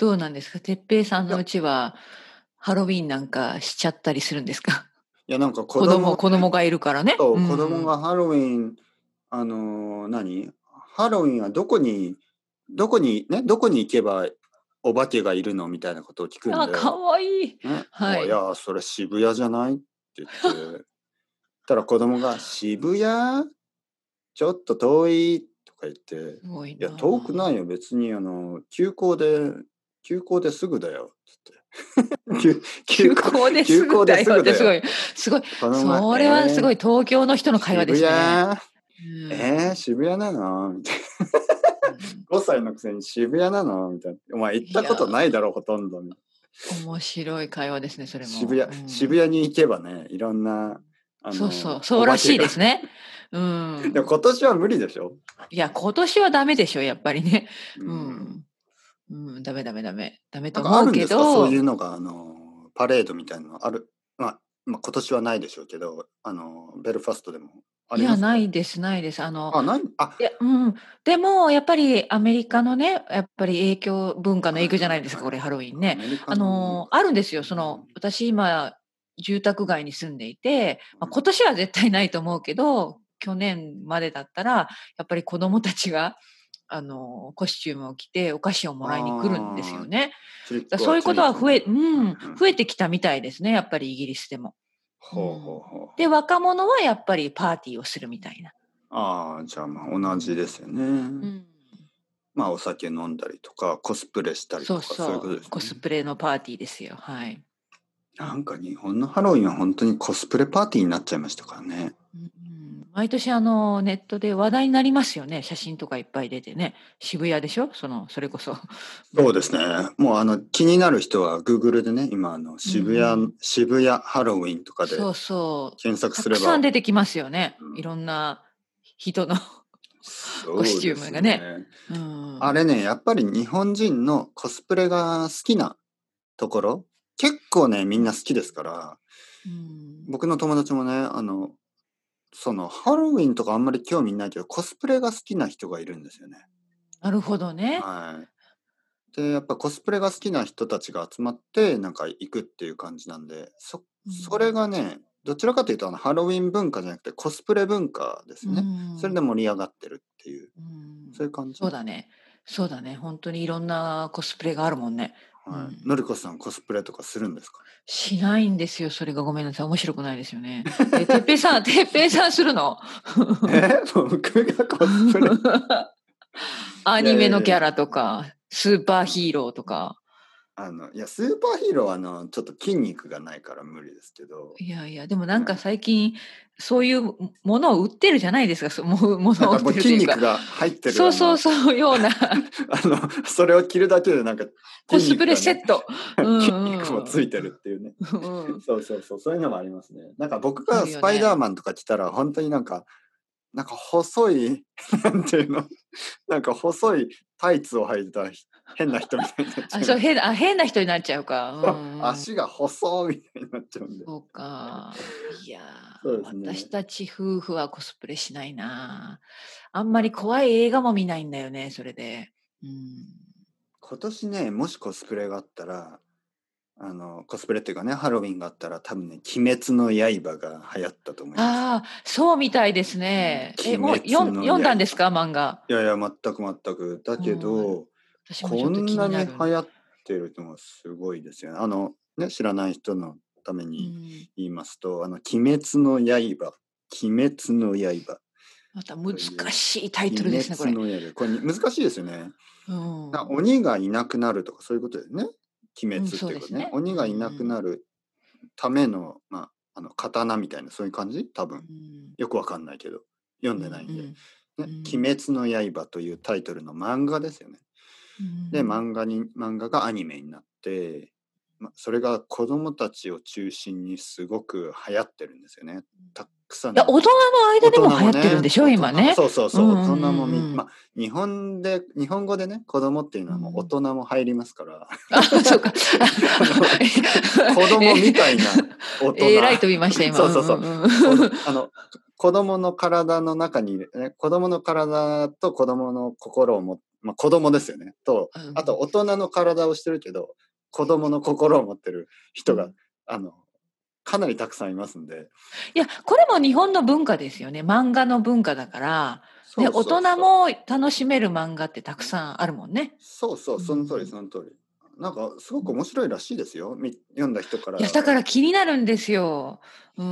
どうなんですか？哲平さんのいや、 うちは、ハロウィンなんかしちゃったりするんですか？ なんか子子供、 供、 子供がいるからね。う子供ん。 がハロウィン、ハロウィンはどこに行けばお化けがいるのみたいなことを聞くんあ、かで、 わいい。 ね、いはい。 や、それ渋谷じゃないって言って、たら子供が渋谷ちょっと遠いとか言って、 すごいいや、遠くなな。 いよ。別に休校ですぐだよ。つって。 休校です休校でぐだよすぐだよ。 ってすごい、すごい。 子供が、 それはすごい東京の人の会話で渋すね。 谷うん。 渋谷なのみたいな。 うん、 5歳のくせに渋谷なのみたいな。お前行ったこといやないだろ、ほとんど。 面白い会話ですね、それも。 渋谷、 うん。 渋谷に行けばね、いろんな、 そうそう、そうらしいお化けが。 ですね。うでもん。 今年は無理でしょ？ いや、今年はダメでしょ、やっぱりね。 ううん。 ん。うん、ダメダメダメ。ダメなんかあと思うけるんですか？そういうど、 のが、パレードみたいなのある。今年はないでしょうけど、ベルファストでもあいや、 りますか？ ないです、ないです。 あ、ない、あ、 いや、うん。でも、やっぱりアメリカのね、やっぱり文化のはい影響じゃないですか、これ、 はいはい。 ハロウィンね。 アメリカの文化。 あるんですよ。私今、住宅街に住んでいて、まあ、今年は絶対ないと思うけど、去年までだったら、やっぱり子供たちが、コスチュームを着てお菓子をもらいに来るんですああ、 よね。 トリックはそういうトリートみたいな。 増えてきたみたいですね、やっぱりイギリスでも。うほうほうん。で、 ほうほう。 若者はやっぱりパーティーをするみたいな。 ああ、じゃあまあ同じうん。 ですよね。 うん。 まあお酒飲んだりとか、コスプレしたりそうとか、そういうそう。 ことですね。 コスプレのパーティーですよ。はい。 なんか日本のハロウィンは本当にコスプレパーティーになっちゃいましたからね。 うん、毎年ネットで話題になりますよね。写真とかいっぱい出てね。渋谷でしょ？それこそ。うん。 そうですね。もう気になる人は Google でね、今うんうん。 渋谷ハロウィンとかでそうそう。 検索たくすれば、 さん出てきますよね。 うん、 いろんな人のコスチューそうですムがね。 ね。 うん。 あれね、やっぱり日本人のコスプレが好きなところ、結構ね、みんな好きですから、 うん。 僕の友達もね、そのハロウィンとかあんまり興味ないけど、コスプレが好きな人がいるんですよね。 なるほどね。 はい。で、やっぱコスプレが好きな人たちが集まって、なんか行くっていう感じなんで、それうん。 がね、どちらかというとハロウィン文化じゃなくてコスプレ文化ですうね。それでん。 盛り上がってるっていう、 うん。 そういう感じ。 そうだね。そうだね。本当にいろんなコスプレがあるもんね。うはい。のん。 りこさんコスプレとかするんですか？ しないんですよ。それがごめんなさい。面白くないですよね。てっぺいさんするの？ 僕がコスプレ。 アいやニメのキャいやいや。 ラとか、スーパーヒーローとか。 いや、スーパーヒーローはちょっと筋肉がないから無理ですけど、 いやいや、でもなんかね。 最近、そういうものを売ってるじゃないですか。ものを売っなんかもうてるというか。 筋肉が入ってるそうそうそう、ようなそれを着るだけでなんか筋コスプレ肉がね、 セット。う筋肉もんうん。 ついてるっていうね。 うん。 そうそうそう、そういうのもありますね。なんか僕あがスパイダーるよね。 マンとか着たら本当になんか細い、なんていうの、なんか細いタイツを履いた変な人みたいになっちゃいます。 変な人になっちゃうか。うんうん。 足が細いみたいになっちゃうんで。 そうか。いやそうー、 ですね。 私たち夫婦はコスプレしないな。あんまり怖い映画も見ないんだよね、それで。うん。 今年ね、もしコスプレがあったら、コスプレっていうかね、ハロウィンがあったら多分ね、鬼滅の刃が流行ったと思います。 ああ、そうみたいですうん、 ね。もう鬼滅の読んだんです刃。 か？漫画。 いやいや、全く全く。だけうん。 ど、 私もちょこっと気んなに流になる。 行ってるのがすごいですよね。ね、知らない人のためにうん。 言いますと、鬼滅の刃、鬼滅の刃また難という、 しいタイトル鬼ですね、これ。 滅の刃。これ難しいですよね。 うん。 鬼がいなくなるとかそういうことですね。鬼うん、 滅っていうかね、 そうですね。うん鬼がいなくうん。 なるための、刀みたいな、そういう感じ多分。 うん。 よくわかんないけど、読んうんでないんで。 うん。うね、 ん。 鬼滅の刃というタイトルの漫画ですよね。 うで、 ん。 漫画がアニメになって、それが子供たちを中心にすごく流行ってるんですよね。たくさんの大人の間大でも流行人もね、 ってるんでしょ？ 大人も、 今ね。 そうそうそう、大うんうん人もうんうん。 日本語でね、子供っていうのはもう大うん。 人も入りますから、 あ、そうか。 あの、子供みたいな大人。 ライト見ました、今。うんそうそうそう。 うんうん。 子供の体の中にいる、ね、子供の体と子供の心をまあ、子供ですよね。と、 うんあと大人の体をしてるけど、子供の心を持ってる人が、 うんかなりたくさんいますんで。 いや、これも日本の文化ですよね。漫画の文化だから、ね、 そう大そうそう。 人も楽しめる漫画ってたくさんあるもんね。 そうそう、 うその通り、 ん。 その通り。なんか、すごく面白いらしいですよ。読んだ人から。 いや、だから気になるんですよ。うん。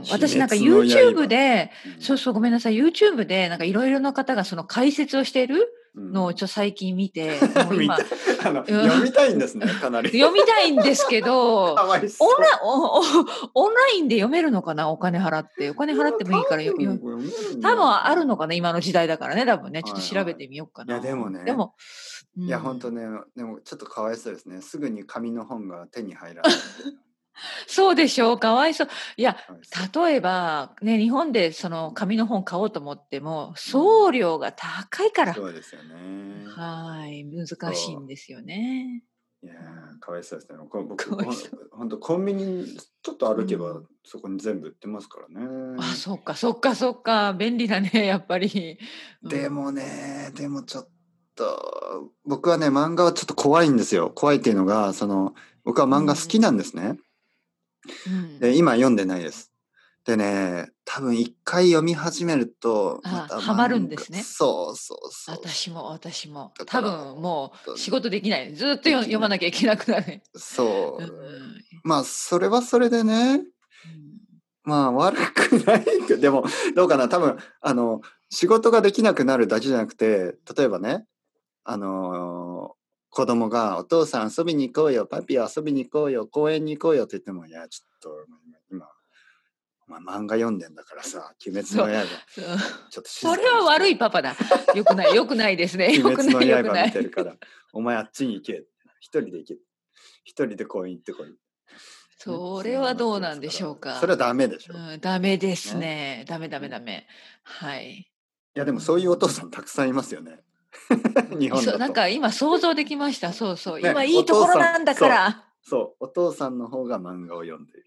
鬼私なんか滅の YouTube 刃。 で、 うん。 そうそう、ごめんなさい。YouTube でなんかいろいろな方がその解説をしているうん。 のを最近見て、もう今、 見て、 うん、 読みたいんですね、かなり。 読みたいんですけど、 かわいオンそう。 ラおおオンラインで読めるのかな、お金払って。お金いや、 払ってもいいから多分読めるんじゃ多分ないかな。 あるのかな、今の時代だからね、多分ね。ちょっとはいはい。 調べてみようかいや、でもな。でね、 も、ういや、ほんとん。 ね、でもちょっとかわいそうですね。すぐに紙の本が手に入らないっていうのはそうでしょう、かわいそう。いや、 かわいそう。 例えば、ね、日本でその紙の本買おうと思っても、 うん。 送料が高いから。 そうですよね。 はい、難しいんそですよね。 う。いや、 うん、 かわいそうですね。僕、 かわいそう。 ほんとコンビニちょっと歩けばうん。 そこに全部売ってますからあ、 ね。 そっかそっかそっか、便利だね、やっぱり。うん。 でもね、でもちょっと、僕はね、漫画はちょっと怖いんですよ。怖いっていうのが、僕はう漫画好きんなんですね。 うん。うん。 で、今読んでないです。でね、多分一回読み始めると、まあ、 たハマるん漫画、 ですね。 そうそうそうそう。 私も。多だから、 分もう本当に仕事できない。ずっとできない。 読まなきゃいけなくなる。 そうん。 う。まあ、それはそれでね、 うん。 まあ、悪くないけど、でも、どうかな、多分、仕事ができなくなるだけじゃなくて、例えばね、あの子供が「お父さん遊びに行こうよ、パピ遊びに行こうよ、公園に行こうよ」って言っても「いや、ちょっと今、漫画読んでんだからさ、鬼滅そう、 の刃、 そう。 ちょっとそ静れは悪いかにしてよ。 パパだ。良くないですね。 鬼滅の良く刃ない。 見てるから、お前あっちに行け。一人で行け。一人で公園行ってこい。ね、 それはそんなになっどうなんでてますから、 しょうか。 それはダメでしょ。 うん、ダメですね。 ね。ダメダうん。 メダメ。はい。 いや、でもそういうおうん。 父さんたくさんいますよね。日うん、なん本だと。 か今想像できました。そうそう。 ね、 今いいとお父さん、 ころなんだかそう、 ら。 そう、お父さんの方が漫画を読んでいる。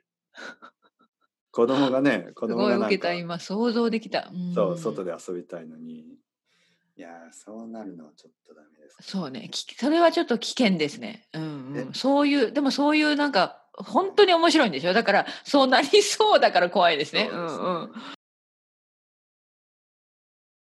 子供すごいがなんか、 受けた、今想像できた。うそう、 ん。 外で遊びたいのに、いやー、そうなるのはちょっとダメですそうね、 ね。 それはちょっと危険ですね。うんえ、 うん。でもそういうなんか、本当に面白いんでしょ。だから、そうなりそうだから怖いですね。うそうですね。 んうん。